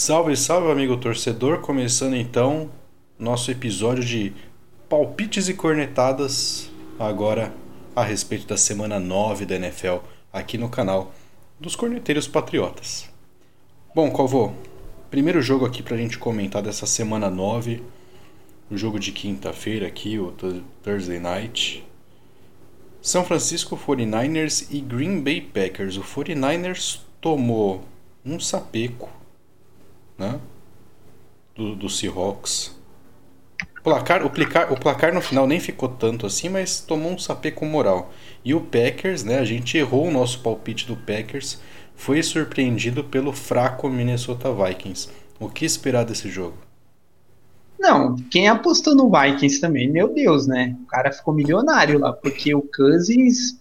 Salve, salve, amigo torcedor! Começando então nosso episódio de palpites e cornetadas, agora a respeito da semana 9 da NFL, aqui no canal dos Corneteiros Patriotas. Bom, Calvô, primeiro jogo aqui pra gente comentar dessa semana 9, o jogo de quinta-feira aqui, o Thursday Night. São Francisco 49ers e Green Bay Packers. O 49ers tomou um sapeco, né, do Seahawks. O placar no final nem ficou tanto assim, mas tomou um sapeco moral. E o Packers, né, a gente errou o nosso palpite do Packers, foi surpreendido pelo fraco Minnesota Vikings. O que esperar desse jogo? Não, quem apostou no Vikings também, meu Deus, né? O cara ficou milionário lá, porque o Cousins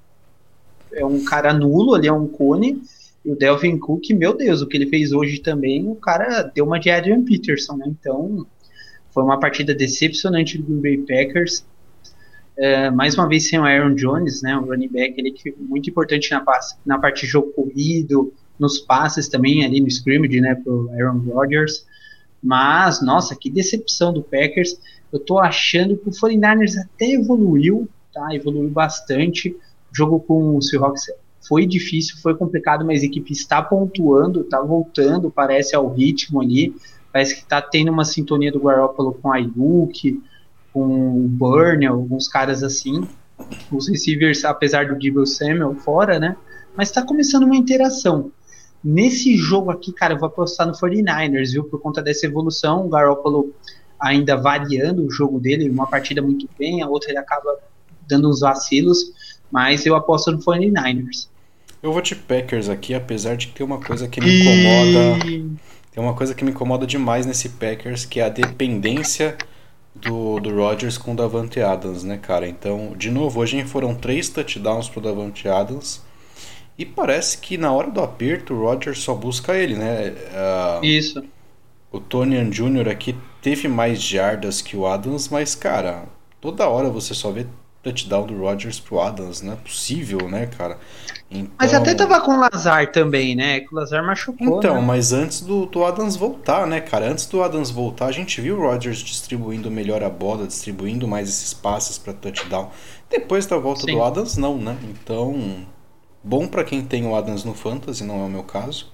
é um cara nulo, ali é um cone, e o Delvin Cook, meu Deus, o que ele fez hoje também, o cara deu uma de Adrian Peterson, né? Então, foi uma partida decepcionante do Green Bay Packers. Mais uma vez sem o Aaron Jones, né? O running back, ele que foi muito importante na parte de jogo corrido, nos passes também, ali no scrimmage, né? Pro Aaron Rodgers. Mas, nossa, que decepção do Packers. Eu tô achando que o 49ers até evoluiu, tá? Evoluiu bastante. O jogo com o Seahawks foi difícil, foi complicado, mas a equipe está pontuando, tá voltando, parece, ao ritmo ali. Parece que tá tendo uma sintonia do Garoppolo com a Ayuk, com o Burner, alguns caras assim. Os receivers, apesar do Deebo Samuel fora, né? Mas tá começando uma interação. Nesse jogo aqui, cara, eu vou apostar no 49ers, viu? Por conta dessa evolução, o Garoppolo ainda variando o jogo dele, uma partida muito bem, a outra ele acaba dando uns vacilos, mas eu aposto no 49ers. Eu vou de Packers aqui, apesar de que tem uma coisa que me incomoda. E... Tem uma coisa que me incomoda demais nesse Packers, que é a dependência do Rodgers com o Davante Adams, né, cara? Então, de novo, hoje foram 3 touchdowns pro Davante Adams. E parece que na hora do aperto o Rodgers só busca ele, né? Isso. O Tonyan Jr. aqui teve mais jardas que o Adams, mas, cara, toda hora você só vê touchdown do Rodgers pro Adams, não é possível, né, cara? Mas até Então, tava com o Lazar também, né? Que o Lazar machucou, então, né? mas antes do Adams voltar, né, cara? Antes do Adams voltar, a gente viu o Rodgers distribuindo melhor a bola, distribuindo mais esses passes para touchdown. Depois da volta do Sim. Adams, não, né? Então, bom para quem tem o Adams no Fantasy, não é o meu caso.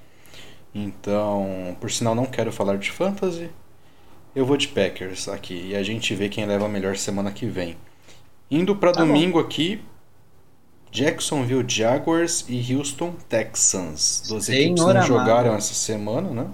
Então, por sinal, não quero falar de Fantasy. Eu vou de Packers aqui e a gente vê quem leva a melhor semana que vem. Indo para Tá bom. domingo aqui, Jacksonville Jaguars e Houston Texans. Duas equipes Senhor não amado. jogaram essa semana, né?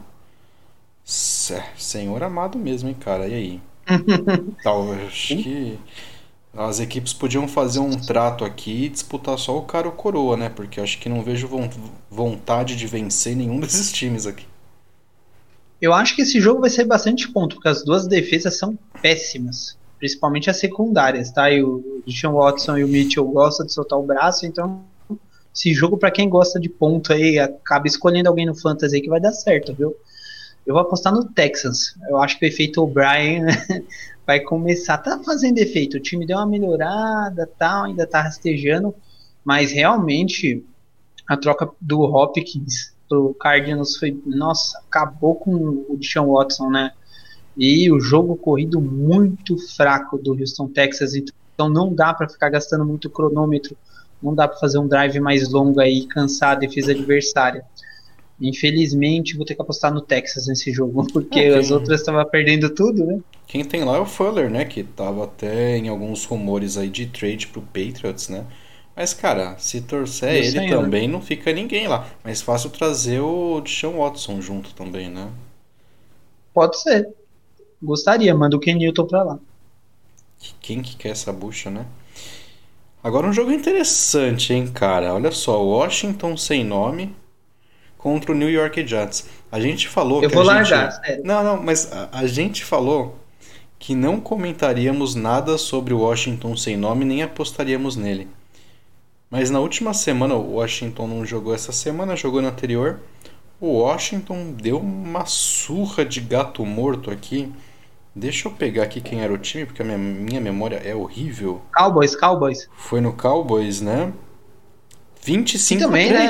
Senhor amado mesmo, hein, cara? E aí? Acho que as equipes podiam fazer um trato aqui e disputar só o cara ou coroa, né? Porque eu acho que não vejo vontade de vencer nenhum desses times aqui. Eu acho que esse jogo vai ser bastante ponto, porque as duas defesas são péssimas, principalmente as secundárias, tá? E o Deshaun Watson e o Mitchell gostam de soltar o braço, então esse jogo, para quem gosta de ponto aí, acaba escolhendo alguém no Fantasy aí que vai dar certo, viu? Eu vou apostar no Texans. Eu acho que o efeito O'Brien vai começar, tá fazendo efeito. O time deu uma melhorada, tal, ainda tá rastejando, mas realmente a troca do Hopkins pro Cardinals foi, nossa, acabou com o Deshaun Watson, né? E o jogo corrido muito fraco do Houston Texas, então não dá para ficar gastando muito cronômetro, não dá para fazer um drive mais longo aí e cansar a defesa adversária. Infelizmente, vou ter que apostar no Texas nesse jogo, porque É, as quem, outras estavam perdendo tudo, né? quem tem lá é o Fuller, né? Que tava até em alguns rumores aí de trade pro Patriots, né? Mas, cara, se torcer Meu ele senhor. também, não fica ninguém lá. Mais fácil trazer o Deshaun Watson junto também, né? Pode ser. Gostaria, manda o Ken Newton pra lá. Quem que quer essa bucha, né? Agora um jogo interessante, hein, cara? Olha só, Washington sem nome contra o New York Jets. A gente falou Eu que a vou gente. largar, sério. Não, não, mas a gente falou que não comentaríamos nada sobre o Washington sem nome nem apostaríamos nele. Mas na última semana, o Washington não jogou essa semana, jogou na anterior. O Washington deu uma surra de gato morto aqui. Deixa eu pegar aqui quem era o time, porque a minha memória é horrível. Cowboys, Cowboys. Foi no Cowboys, né? E 25 a também, 3. né?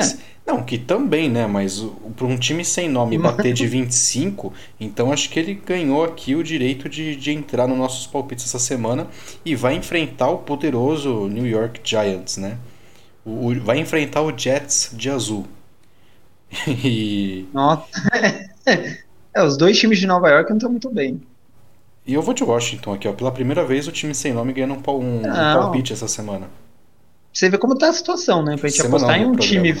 Não, que também, né? Mas para um time sem nome bater de 25, então acho que ele ganhou aqui o direito de entrar nos nossos palpites essa semana e vai enfrentar o poderoso New York Giants, né? Vai enfrentar o Jets de azul. E, Nossa. Os dois times de Nova York não estão muito bem. e eu vou de Washington aqui, ó. Pela primeira vez o time sem nome ganhando um Não. palpite essa semana. Você vê como tá a situação, né? Pra gente Semanal no programa.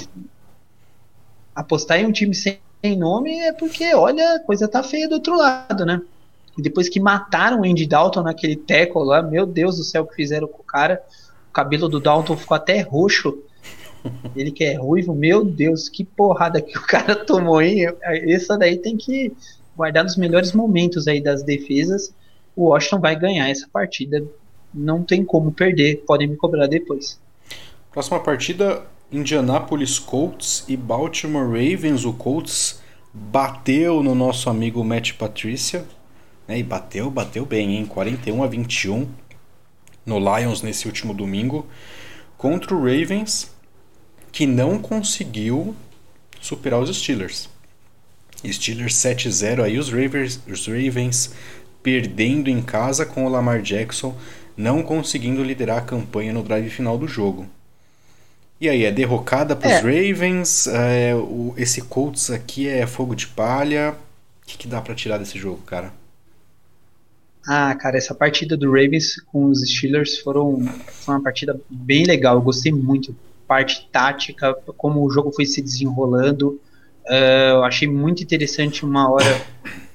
apostar em um time sem nome é porque, olha, a coisa tá feia do outro lado, né? E depois que mataram o Andy Dalton naquele tackle lá, meu Deus do céu, o que fizeram com o cara. O cabelo do Dalton ficou até roxo. Ele que é ruivo, meu Deus, que porrada que o cara tomou, hein? Essa daí tem que guardar nos melhores momentos aí das defesas. O Washington vai ganhar essa partida. Não tem como perder, podem me cobrar depois. Próxima partida, Indianapolis Colts e Baltimore Ravens. O Colts bateu no nosso amigo Matt Patricia, né? E bateu bem, hein? 41-21 no Lions nesse último domingo. Contra o Ravens, que não conseguiu superar os Steelers. Steelers 7-0 aí, os Ravens perdendo em casa com o Lamar Jackson, não conseguindo liderar a campanha no drive final do jogo. E aí, é derrocada para os Ravens, esse Colts aqui é fogo de palha. O que dá para tirar desse jogo, cara? Ah, cara, essa partida do Ravens com os Steelers foi uma partida bem legal. Eu gostei muito. Parte tática, como o jogo foi se desenrolando. Eu achei muito interessante uma hora.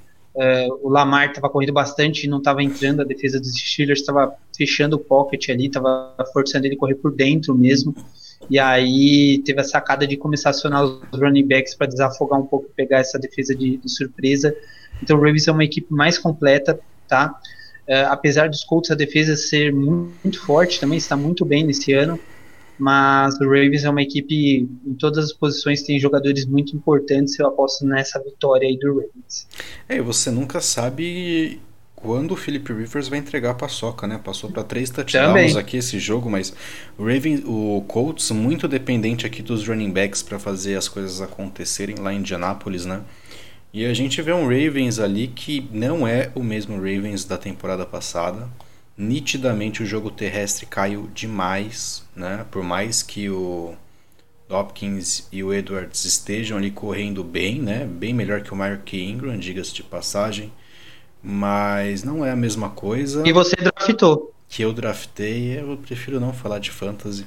O Lamar estava correndo bastante e não estava entrando. A defesa dos Steelers estava fechando o pocket ali, estava forçando ele a correr por dentro mesmo. E aí teve a sacada de começar a acionar os running backs para desafogar um pouco, pegar essa defesa de surpresa. Então o Ravens é uma equipe mais completa, tá? Apesar dos Colts a defesa ser muito forte, também está muito bem nesse ano, mas o Ravens é uma equipe em todas as posições, tem jogadores muito importantes. Eu aposto nessa vitória aí do Ravens. E você nunca sabe quando o Philip Rivers vai entregar a paçoca, né? Passou para 3 touchdowns Também. aqui esse jogo, mas o Colts muito dependente aqui dos running backs para fazer as coisas acontecerem lá em Indianápolis, né? E a gente vê um Ravens ali que não é o mesmo Ravens da temporada passada. Nitidamente o jogo terrestre caiu demais, né? Por mais que o Hopkins e o Edwards estejam ali correndo bem, né? Bem melhor que o Mark Ingram, diga-se de passagem. Mas não é a mesma coisa E você draftou. que eu draftei. Eu prefiro não falar de fantasy.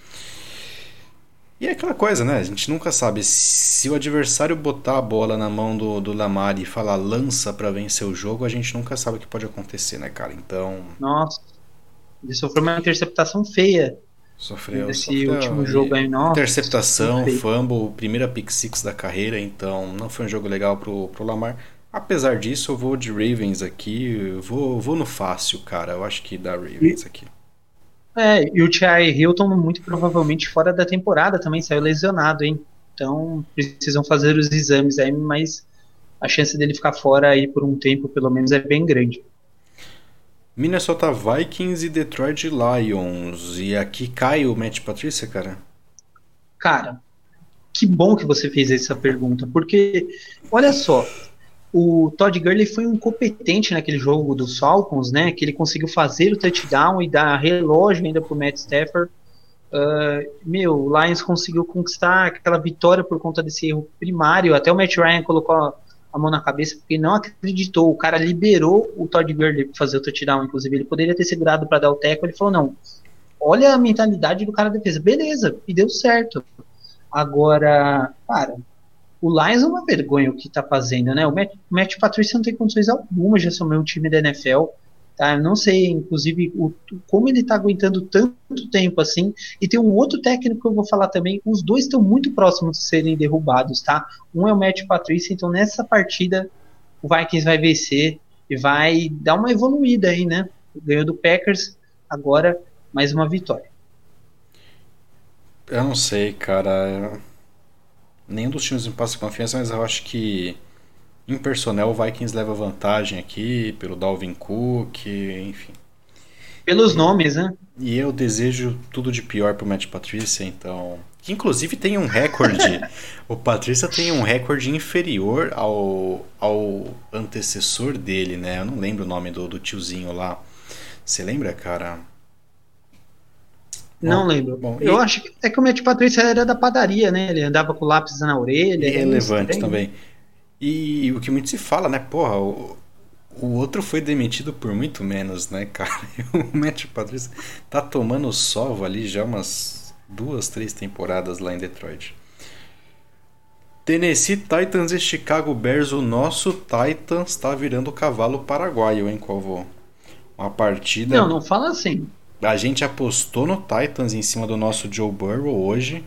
E é aquela coisa, né? A gente nunca sabe. Se o adversário botar a bola na mão do Lamar e falar lança pra vencer o jogo, a gente nunca sabe o que pode acontecer, né, cara? Então, Nossa, ele sofreu uma interceptação feia nesse último sofreu jogo aí. Nossa, muito interceptação, feio. fumble, primeira pick six da carreira, então não foi um jogo legal pro Lamar. Apesar disso, eu vou de Ravens aqui, vou no fácil, cara. Eu acho que dá E, Ravens aqui. e o T.I. Hilton muito provavelmente fora da temporada também, saiu lesionado, hein? Então precisam fazer os exames aí, mas a chance dele ficar fora aí por um tempo, pelo menos, é bem grande. Minnesota Vikings e Detroit Lions. E aqui cai o Matt Patricia, cara. Cara, que bom que você fez essa pergunta, porque, olha só, o Todd Gurley foi um incompetente naquele jogo dos Falcons, né? Que ele conseguiu fazer o touchdown e dar relógio ainda pro Matt Stafford. O Lions conseguiu conquistar aquela vitória por conta desse erro primário. Até o Matt Ryan colocou a mão na cabeça porque não acreditou. O cara liberou o Todd Gurley para fazer o touchdown. Inclusive, ele poderia ter segurado para dar o tackle. Ele falou: não, olha a mentalidade do cara da defesa. Beleza, e deu certo. Agora, cara, o Lions é uma vergonha o que tá fazendo, né? O Matt Patricia não tem condições alguma de assumir um time da NFL. Tá? Eu não sei, inclusive, como ele tá aguentando tanto tempo assim. E tem um outro técnico que eu vou falar também. Os dois estão muito próximos de serem derrubados, tá? Um é o Matt Patricia, então nessa partida o Vikings vai vencer e vai dar uma evoluída aí, né? Ganhou do Packers, agora mais uma vitória. Eu não sei, cara. Nenhum dos times me passa confiança, mas eu acho que em personnel o Vikings leva vantagem aqui pelo Dalvin Cook, enfim. Pelos nomes, né? E eu desejo tudo de pior pro Matt Patricia, então. Que inclusive tem um recorde. O Patricia tem um recorde inferior ao antecessor dele, né? Eu não lembro o nome do tiozinho lá. Você lembra, cara? Não Bom, lembro. bom, Eu acho que é que o Matt Patrícia era da padaria, né? Ele andava com lápis na orelha, era meio irrelevante estranho, né? também. E o que muito se fala, né? Porra, o outro foi demitido por muito menos, né, cara? E o Matt Patricia tá tomando sova ali já umas 2, 3 temporadas lá em Detroit. Tennessee Titans e Chicago Bears, o nosso Titans tá virando o cavalo paraguaio, hein, Calvo? Uma Não, partida. não fala assim. A gente apostou no Titans em cima do nosso Joe Burrow hoje.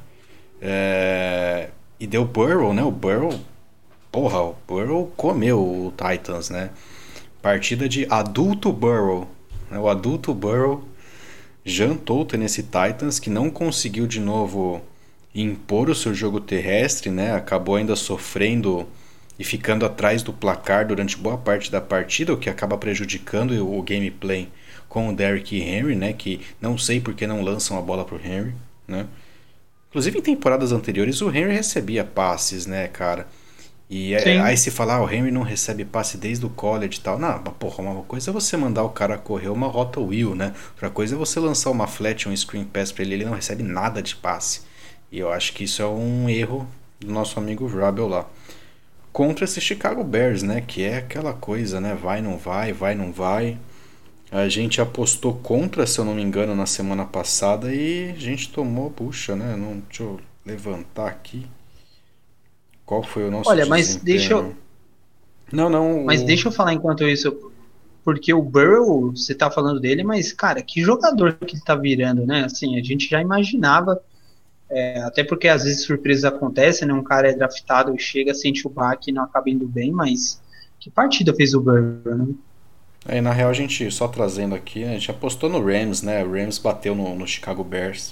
E deu Burrow, né? O Burrow. Porra, o Burrow comeu o Titans, né? Partida de adulto Burrow. Né? O adulto Burrow jantou o Tennessee Titans, que não conseguiu de novo impor o seu jogo terrestre, né? Acabou ainda sofrendo e ficando atrás do placar durante boa parte da partida, o que acaba prejudicando o gameplay com o Derrick Henry, né? Que não sei por que não lançam a bola pro Henry, né? Inclusive em temporadas anteriores o Henry recebia passes, né, cara? E aí Sim. se falar, o Henry não recebe passe desde o college e tal. Não, mas porra, uma coisa é você mandar o cara correr uma rota wheel, né? Outra coisa é você lançar uma flat, um screen pass pra ele não recebe nada de passe. E eu acho que isso é um erro do nosso amigo Vrabel lá. Contra esse Chicago Bears, né? Que é aquela coisa, né? Vai, não vai. A gente apostou contra, se eu não me engano, na semana passada e a gente tomou, puxa, né? Não, deixa eu levantar aqui. Qual foi o nosso Olha, mas deixa desempenho? eu, Não, não, mas deixa eu falar enquanto isso, porque o Burrow, você tá falando dele, mas, cara, que jogador que ele tá virando, né? Assim, a gente já imaginava, até porque às vezes surpresas acontecem, né? Um cara é draftado e chega, sente o baque e não acaba indo bem, mas que partida fez o Burrow, né? aí na real a gente, só trazendo aqui, a gente apostou no Rams, né? O Rams bateu no Chicago Bears.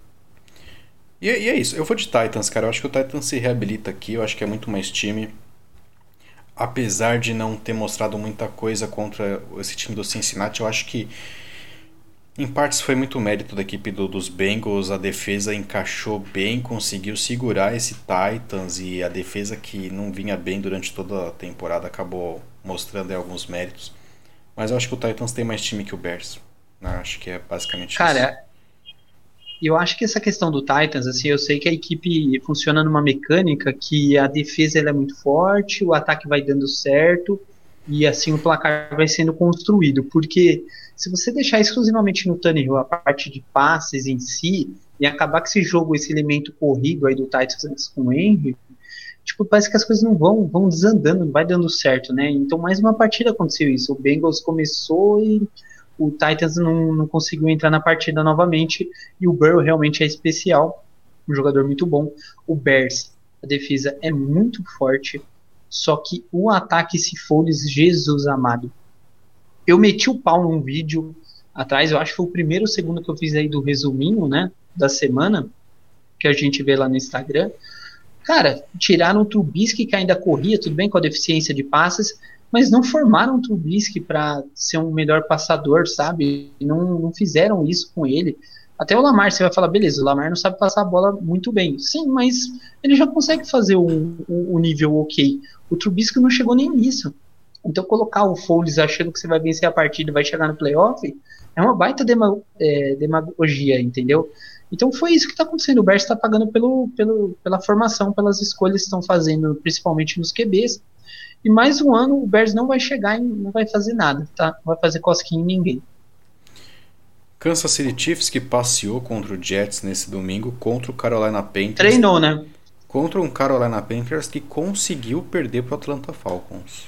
E é isso, eu vou de Titans, cara. Eu acho que o Titans se reabilita aqui, eu acho que é muito mais time. Apesar de não ter mostrado muita coisa contra esse time do Cincinnati, eu acho que em partes foi muito mérito da equipe dos Bengals. A defesa encaixou bem, conseguiu segurar esse Titans e a defesa que não vinha bem durante toda a temporada acabou mostrando aí alguns méritos. Mas eu acho que o Titans tem mais time que o Bears, né? Acho que é basicamente isso. Cara, eu acho que essa questão do Titans, assim, eu sei que a equipe funciona numa mecânica que a defesa ela é muito forte, o ataque vai dando certo e assim o placar vai sendo construído. Porque se você deixar exclusivamente no Tannehill a parte de passes em si e acabar com esse jogo, esse elemento corrido aí do Titans com o Henry, tipo, parece que as coisas não vão desandando, não vai dando certo, né? Então mais uma partida aconteceu isso. O Bengals começou e o Titans não conseguiu entrar na partida novamente e o Burrow realmente é especial, um jogador muito bom. O Bears, a defesa é muito forte, só que o ataque se foles, Jesus amado. Eu meti o pau num vídeo atrás, eu acho que foi o primeiro ou segundo que eu fiz aí do resuminho, né, da semana, que a gente vê lá no Instagram. Cara, tiraram o Trubisky, que ainda corria, tudo bem com a deficiência de passes, mas não formaram o Trubisky para ser um melhor passador, sabe? Não fizeram isso com ele. Até o Lamar, você vai falar, beleza, o Lamar não sabe passar a bola muito bem. Sim, mas ele já consegue fazer um nível ok. O Trubisky não chegou nem nisso. Então colocar o Foles achando que você vai vencer a partida e vai chegar no playoff é uma baita demagogia, entendeu? Então foi isso que está acontecendo. O Bears está pagando pela formação, pelas escolhas que estão fazendo, principalmente nos QBs. E mais um ano o Bears não vai chegar e não vai fazer nada, tá? Não vai fazer cosquinha em ninguém. Kansas City Chiefs que passeou contra o Jets nesse domingo, contra o Carolina Panthers, Treinou, né? contra um Carolina Panthers que conseguiu perder para o Atlanta Falcons.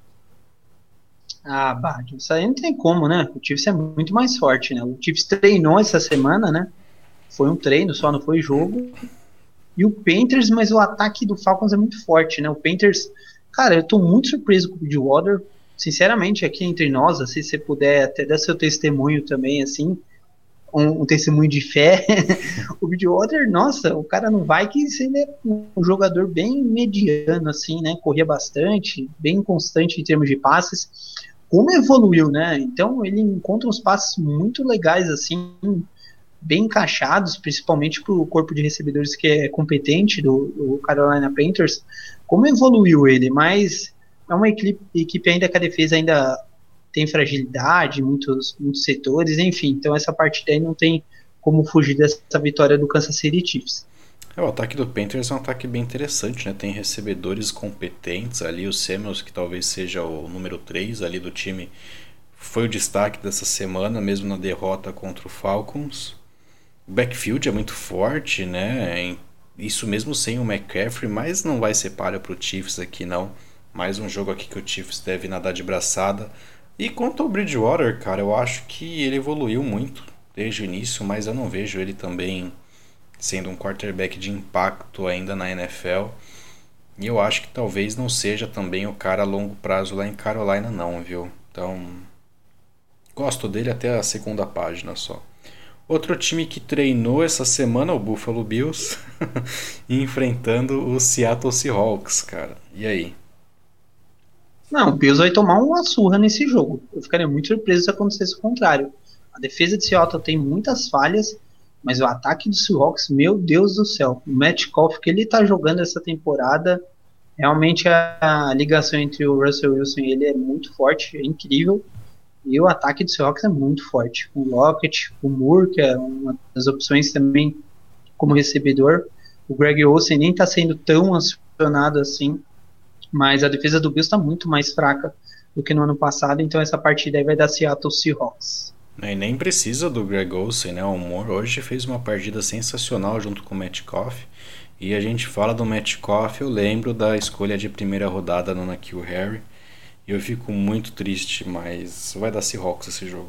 Ah, Bad, isso aí não tem como, né? O Chiefs é muito mais forte, né? O Chiefs treinou essa semana, né? Foi um treino, só não foi jogo. E o Panthers, mas o ataque do Falcons é muito forte, né? O Panthers, cara, eu tô muito surpreso com o Bridgewater. Sinceramente, aqui entre nós, assim, se você puder até dar seu testemunho também, assim, um testemunho de fé. O Bridgewater, nossa, o cara no Vikings, ele é um jogador bem mediano, assim, né? Corria bastante, bem constante em termos de passes. como evoluiu, né? Então ele encontra uns passes muito legais, assim, bem encaixados, principalmente para o corpo de recebedores que é competente do Carolina Panthers. Como evoluiu ele, mas é uma equipe ainda que a defesa ainda tem fragilidade, muitos setores, enfim. Então essa partida aí não tem como fugir dessa vitória do Kansas City Chiefs. O ataque do Panthers é um ataque bem interessante, né? Tem recebedores competentes ali, o Samuels, que talvez seja o número 3 ali do time, foi o destaque dessa semana, mesmo na derrota contra o Falcons. O backfield é muito forte, né? Isso mesmo sem o McCaffrey, mas não vai ser palha pro Chiefs aqui não. Mais um jogo aqui que o Chiefs deve nadar de braçada. E quanto ao Bridgewater, cara, eu acho que ele evoluiu muito desde o início, mas eu não vejo ele também sendo um quarterback de impacto ainda na NFL. E eu acho que talvez não seja também o cara a longo prazo lá em Carolina não, viu? Então, gosto dele até a segunda página só. Outro time que treinou essa semana, o Buffalo Bills, enfrentando o Seattle Seahawks, cara. E aí? Não, o Bills vai tomar uma surra nesse jogo. Eu ficaria muito surpreso se acontecesse o contrário. A defesa de Seattle tem muitas falhas, mas o ataque do Seahawks, meu Deus do céu. O Matt Koff que ele tá jogando essa temporada, realmente a ligação entre o Russell Wilson e ele é muito forte, é incrível. E o ataque do Seahawks é muito forte. Com o Lockett, o Moore, que é uma das opções também como recebedor. O Greg Olsen nem está sendo tão acionado assim, mas a defesa do Bills está muito mais fraca do que no ano passado, então essa partida aí vai dar Seattle Seahawks. E nem precisa do Greg Olsen, né? O Moore hoje fez uma partida sensacional junto com o Metcalf. E a gente fala do Metcalf, eu lembro da escolha de primeira rodada no N'Keal Harry. E eu fico muito triste, mas vai dar Seahawks esse jogo.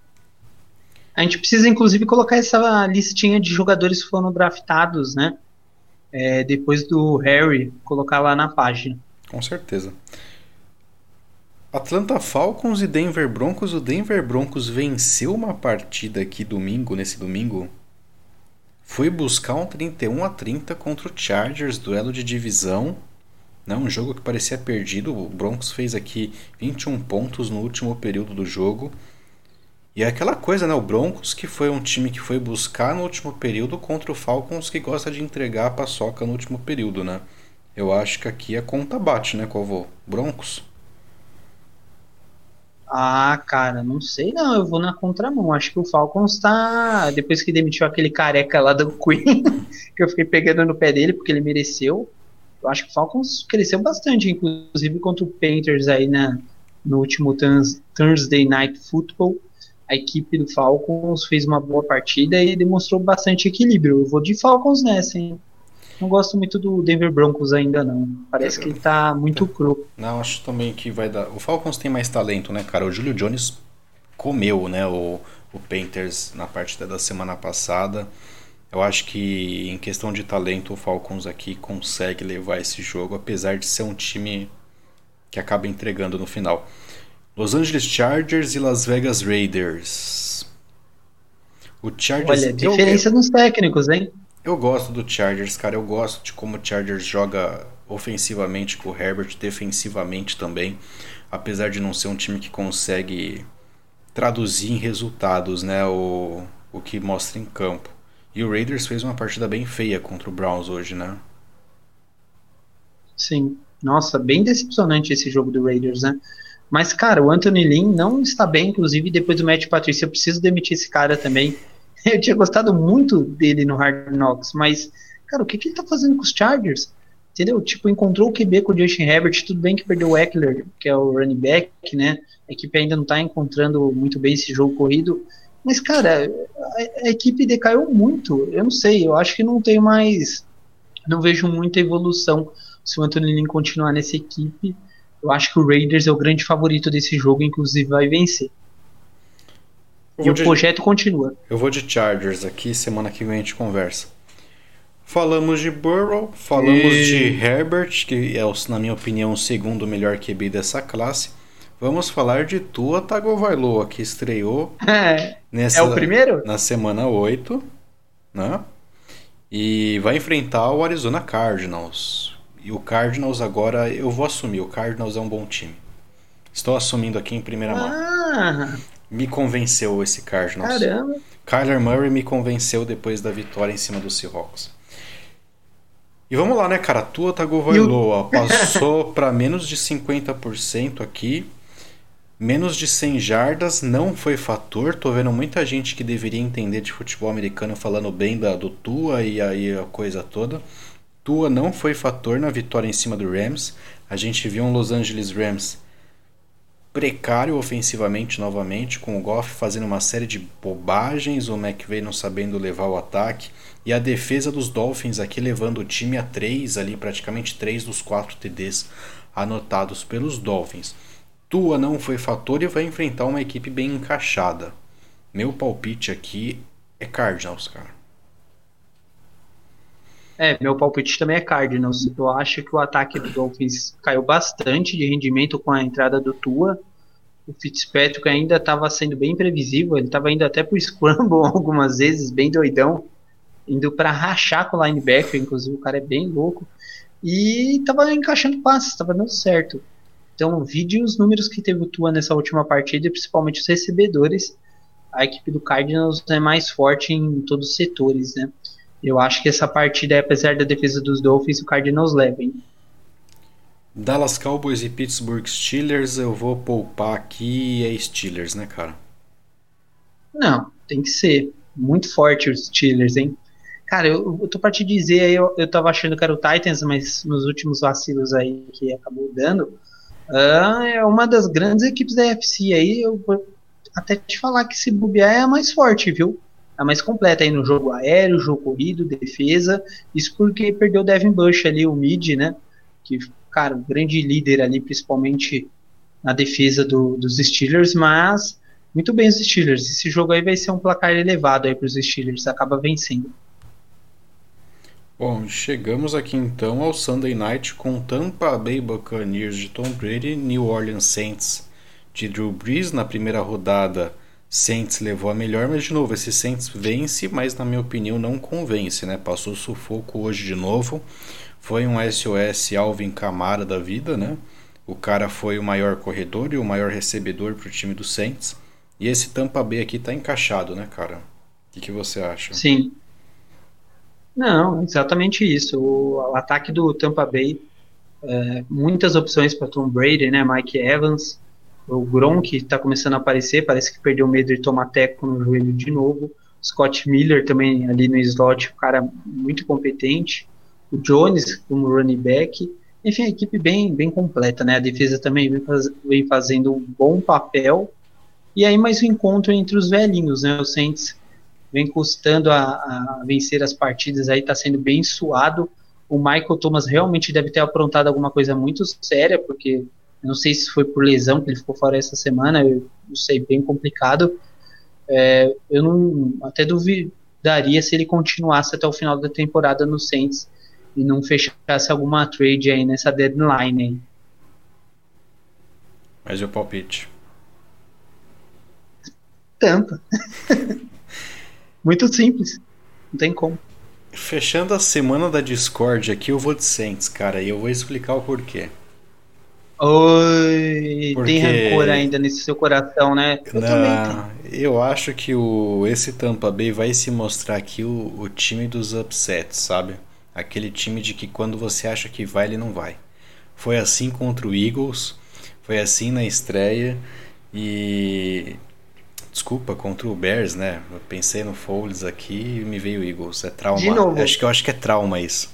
A gente precisa inclusive colocar essa listinha de jogadores que foram draftados, né? Depois do Harry, colocar lá na página. Com certeza. Atlanta Falcons e Denver Broncos. O Denver Broncos venceu uma partida aqui nesse domingo. Foi buscar um 31-30 contra o Chargers, duelo de divisão. Né? Um jogo que parecia perdido. O Broncos fez aqui 21 pontos no último período do jogo. E é aquela coisa, né? O Broncos, que foi um time que foi buscar no último período, contra o Falcons, que gosta de entregar a paçoca no último período, né? Eu acho que aqui a conta bate, né, Covô? Broncos? Ah, cara, não sei não, eu vou na contramão. Acho que o Falcons tá. Depois que demitiu aquele careca lá do Queen, que eu fiquei pegando no pé dele porque ele mereceu. Eu acho que o Falcons cresceu bastante, inclusive contra o Panthers aí no último Thursday Night Football. A equipe do Falcons fez uma boa partida e demonstrou bastante equilíbrio. Eu vou de Falcons nessa, hein? Não gosto muito do Denver Broncos ainda, não. Parece que ele tá muito cru. Não, acho também que vai dar. O Falcons tem mais talento, né, cara? O Julio Jones comeu, né, o Panthers na partida da semana passada. Eu acho que em questão de talento o Falcons aqui consegue levar esse jogo, apesar de ser um time que acaba entregando no final. Los Angeles Chargers e Las Vegas Raiders. O Chargers. Olha, diferença nos técnicos, hein? Eu gosto do Chargers, cara. Eu gosto de como o Chargers joga ofensivamente com o Herbert, defensivamente também. Apesar de não ser um time que consegue traduzir em resultados, né, o que mostra em campo. E o Raiders fez uma partida bem feia contra o Browns hoje, né? Sim. Nossa, bem decepcionante esse jogo do Raiders, né? Mas, cara, o Anthony Lynn não está bem, inclusive depois do Matt Patricia. Eu preciso demitir esse cara também. Eu tinha gostado muito dele no Hard Knocks, mas, cara, o que ele tá fazendo com os Chargers? Entendeu? Tipo, encontrou o QB com o Justin Herbert, tudo bem que perdeu o Eckler, que é o running back, né? A equipe ainda não tá encontrando muito bem esse jogo corrido, mas, cara, a equipe decaiu muito. Eu não sei, eu acho que não tem mais, não vejo muita evolução se o Anthony Lynn continuar nessa equipe. Eu acho que o Raiders é o grande favorito desse jogo, inclusive vai vencer. E o projeto continua. Eu vou de Chargers aqui, semana que vem a gente conversa. Falamos de Burrow, falamos de Herbert, que é, na minha opinião, o segundo melhor QB dessa classe. Vamos falar de Tua Tagovailoa, que estreou é o primeiro? Na semana 8, né? E vai enfrentar o Arizona Cardinals. E o Cardinals agora, eu vou assumir, o Cardinals é um bom time. Estou assumindo aqui em primeira mão. Ah, Me convenceu esse Cardinals. caramba. Kyler Murray me convenceu depois da vitória em cima do Seahawks. E vamos lá, né, cara? Tua E o... Tagovailoa passou para menos de 50% aqui. Menos de 100 jardas não foi fator. Tô vendo muita gente que deveria entender de futebol americano falando bem do Tua e aí a coisa toda. Tua não foi fator na vitória em cima do Rams. A gente viu um Los Angeles Rams precário ofensivamente novamente, com o Goff fazendo uma série de bobagens, o McVay não sabendo levar o ataque, e a defesa dos Dolphins aqui levando o time a 3, ali praticamente 3 dos 4 TDs anotados pelos Dolphins. Tua não foi fator e vai enfrentar uma equipe bem encaixada. Meu palpite aqui é Cardinals, cara. Meu palpite também é Cardinals. Eu acho que o ataque do Dolphins caiu bastante de rendimento com a entrada do Tua. O Fitzpatrick ainda estava sendo bem previsível, ele estava indo até pro scramble algumas vezes, bem doidão, indo para rachar com o linebacker, inclusive o cara é bem louco, e estava encaixando passes, estava dando certo. Então, vide os números que teve o Tua nessa última partida, principalmente os recebedores. A equipe do Cardinals é mais forte em todos os setores, né? Eu acho que essa partida, apesar da defesa dos Dolphins, o Cardinals leva, hein? Dallas Cowboys e Pittsburgh Steelers, eu vou poupar aqui, é Steelers, né, cara? Não, tem que ser. Muito forte os Steelers, hein? Cara, eu tô pra te dizer, eu tava achando que era o Titans, mas nos últimos vacilos aí que acabou dando, é uma das grandes equipes da NFC aí, eu vou até te falar que se bobear é a mais forte, viu? A mais completa aí no jogo aéreo, jogo corrido, defesa, isso porque perdeu o Devin Bush ali, o mid, né? Que, cara, um grande líder ali, principalmente na defesa dos Steelers, mas muito bem os Steelers. Esse jogo aí vai ser um placar elevado aí para os Steelers, acaba vencendo. Bom, chegamos aqui então ao Sunday Night com Tampa Bay Buccaneers de Tom Brady e New Orleans Saints de Drew Brees. Na primeira rodada, Saints levou a melhor, mas de novo, esse Saints vence, mas na minha opinião não convence, né? Passou sufoco hoje de novo. Foi um SOS Alvin Kamara da vida, né? O cara foi o maior corredor e o maior recebedor para o time do Saints. E esse Tampa Bay aqui tá encaixado, né, cara? O que você acha? Sim, não, exatamente isso. O ataque do Tampa Bay, muitas opções para Tom Brady, né? Mike Evans, o Gronk está começando a aparecer, parece que perdeu o medo de tomar teco no joelho de novo. Scott Miller também ali no slot, um cara muito competente. O Jones como running back. Enfim, a equipe bem completa, né? A defesa também vem fazendo um bom papel. E aí mais um encontro entre os velhinhos, né? O Saints vem custando a vencer as partidas, aí está sendo bem suado. O Michael Thomas realmente deve ter aprontado alguma coisa muito séria, porque eu não sei se foi por lesão que ele ficou fora essa semana, eu não sei, bem complicado. Eu não até duvidaria se ele continuasse até o final da temporada no Saints e não fechasse alguma trade aí nessa deadline aí. Mas é o palpite. Tampa. Muito simples, não tem como. Fechando a semana da Discord aqui, eu vou de Saints, cara, e eu vou explicar o porquê. Oi, tem rancor Porque ainda nesse seu coração, né? Eu também tenho. eu acho que esse Tampa Bay vai se mostrar aqui o time dos upsets, sabe? Aquele time de que quando você acha que vai, ele não vai. Foi assim contra o Eagles, foi assim na estreia e desculpa, contra o Bears, né? Eu pensei no Foles aqui e me veio o Eagles. É De trauma. novo. Eu acho que é trauma isso.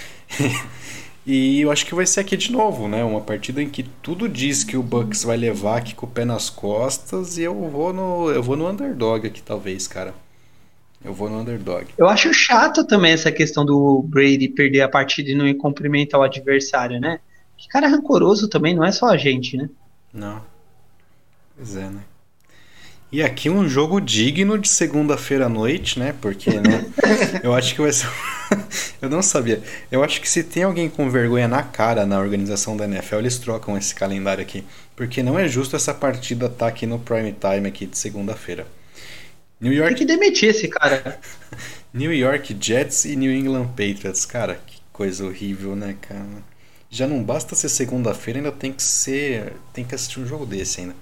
E eu acho que vai ser aqui de novo, né? Uma partida em que tudo diz que o Bucks vai levar aqui com o pé nas costas e eu vou no underdog aqui talvez, cara. Eu vou no underdog. Eu acho chato também essa questão do Brady perder a partida e não ir cumprimentar o adversário, né? Que cara rancoroso também, não é só a gente, né? Não. Pois é, né? E aqui um jogo digno de segunda-feira à noite, né? Porque, né? Eu acho que vai ser. Eu não sabia. Eu acho que se tem alguém com vergonha na cara na organização da NFL, eles trocam esse calendário aqui. Porque não é justo essa partida estar aqui no prime time aqui de segunda-feira. New Tem que York, demitir esse cara. New York Jets e New England Patriots. Cara, que coisa horrível, né, cara? Já não basta ser segunda-feira, ainda tem que ser. Tem que assistir um jogo desse ainda.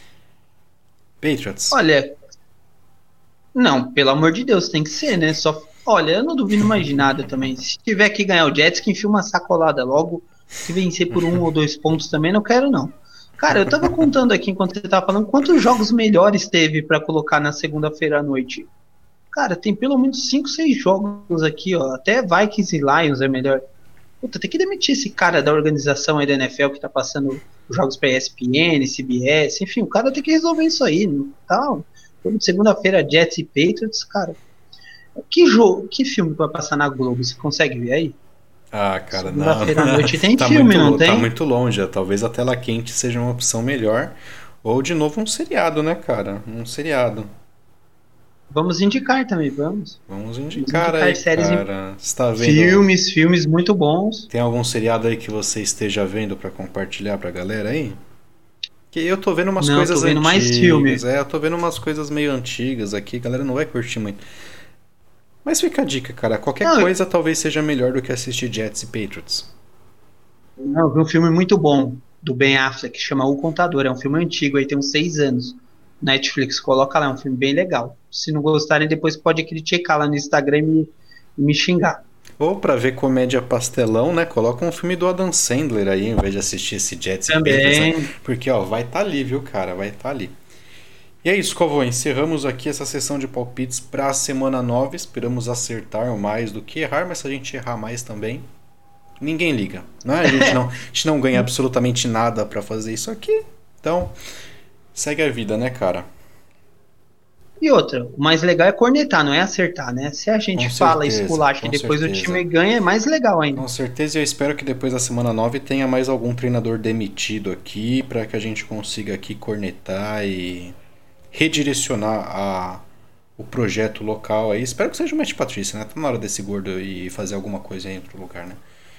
Patriots. Olha, não, pelo amor de Deus, tem que ser, né? Só, olha, eu não duvido mais de nada também. Se tiver que ganhar o Jets, que enfia uma sacolada logo. Se vencer por 1 ou 2 pontos também, não quero, não. Cara, eu tava contando aqui enquanto você tava falando quantos jogos melhores teve pra colocar na segunda-feira à noite. Cara, tem pelo menos 5, 6 jogos aqui, ó. Até Vikings e Lions é melhor. Puta, tem que demitir esse cara da organização aí da NFL que tá passando os jogos pra ESPN, CBS, enfim, o cara tem que resolver isso aí, né? Tal. Segunda-feira, Jets e Patriots, cara. Que jogo, que filme vai passar na Globo? Você consegue ver aí? Ah, cara, não. Segunda-feira à noite tem Tá filme, não tá tem? muito longe. Talvez a tela quente seja uma opção melhor. Ou de novo um seriado, né, cara? Um seriado. Vamos indicar também, vamos. Vamos Vamos indicar indicar aí, séries e cara. Você tá vendo? filmes muito bons. Tem algum seriado aí que você esteja vendo pra compartilhar pra galera aí? Que eu tô vendo umas Não, tô coisas vendo mais antigas. filme. É, eu tô vendo umas coisas meio antigas aqui. A galera não vai curtir muito. Mas fica a dica, cara. Qualquer Não, coisa talvez seja melhor do que assistir Jets e Patriots. não, eu vi um filme muito bom do Ben Affleck que chama O Contador. É um filme antigo, aí tem uns 6 anos. Netflix, coloca lá, é um filme bem legal. Se não gostarem, depois pode criticar lá no Instagram e me xingar. Ou pra ver comédia pastelão, né? Coloca um filme do Adam Sandler aí, em vez de assistir esse Jets e Patriots, né? Também. Porque, ó, vai tá ali, viu, cara? Vai tá ali. E é isso, Covô. Encerramos aqui essa sessão de palpites pra semana 9. Esperamos acertar mais do que errar, mas se a gente errar mais também, ninguém liga, né? A gente não ganha absolutamente nada pra fazer isso aqui. Então, segue a vida, né, cara? E outra, o mais legal é cornetar, não é acertar, né? Se a Com gente fala, certeza, esculacha e com depois o certeza. time ganha, é mais legal ainda. Com certeza, eu espero que depois da semana 9 tenha mais algum treinador demitido aqui para que a gente consiga aqui cornetar e redirecionar o projeto local aí. Espero que seja o Matt Patrícia, né? Tá na hora desse gordo e fazer alguma coisa aí em outro lugar, né?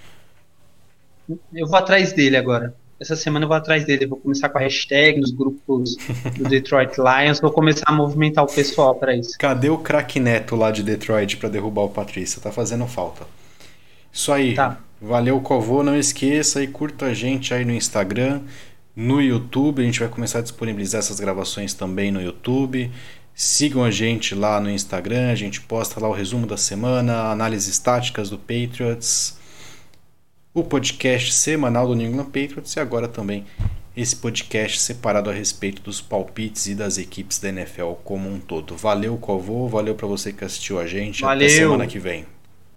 Eu vou atrás dele agora. Essa semana eu vou atrás dele. Eu vou começar com a hashtag nos grupos do Detroit Lions. Vou começar a movimentar o pessoal para isso. Cadê o craque Neto lá de Detroit para derrubar o Patrícia? Tá fazendo falta. Isso aí. Tá. Valeu, Covô. Não esqueça e curta a gente aí no Instagram, no YouTube. A gente vai começar a disponibilizar essas gravações também no YouTube. Sigam a gente lá no Instagram. A gente posta lá o resumo da semana, análises táticas do Patriots, o podcast semanal do New England Patriots e agora também esse podcast separado a respeito dos palpites e das equipes da NFL como um todo. Valeu, Covô. Valeu para você que assistiu a gente. Até Valeu. semana que vem.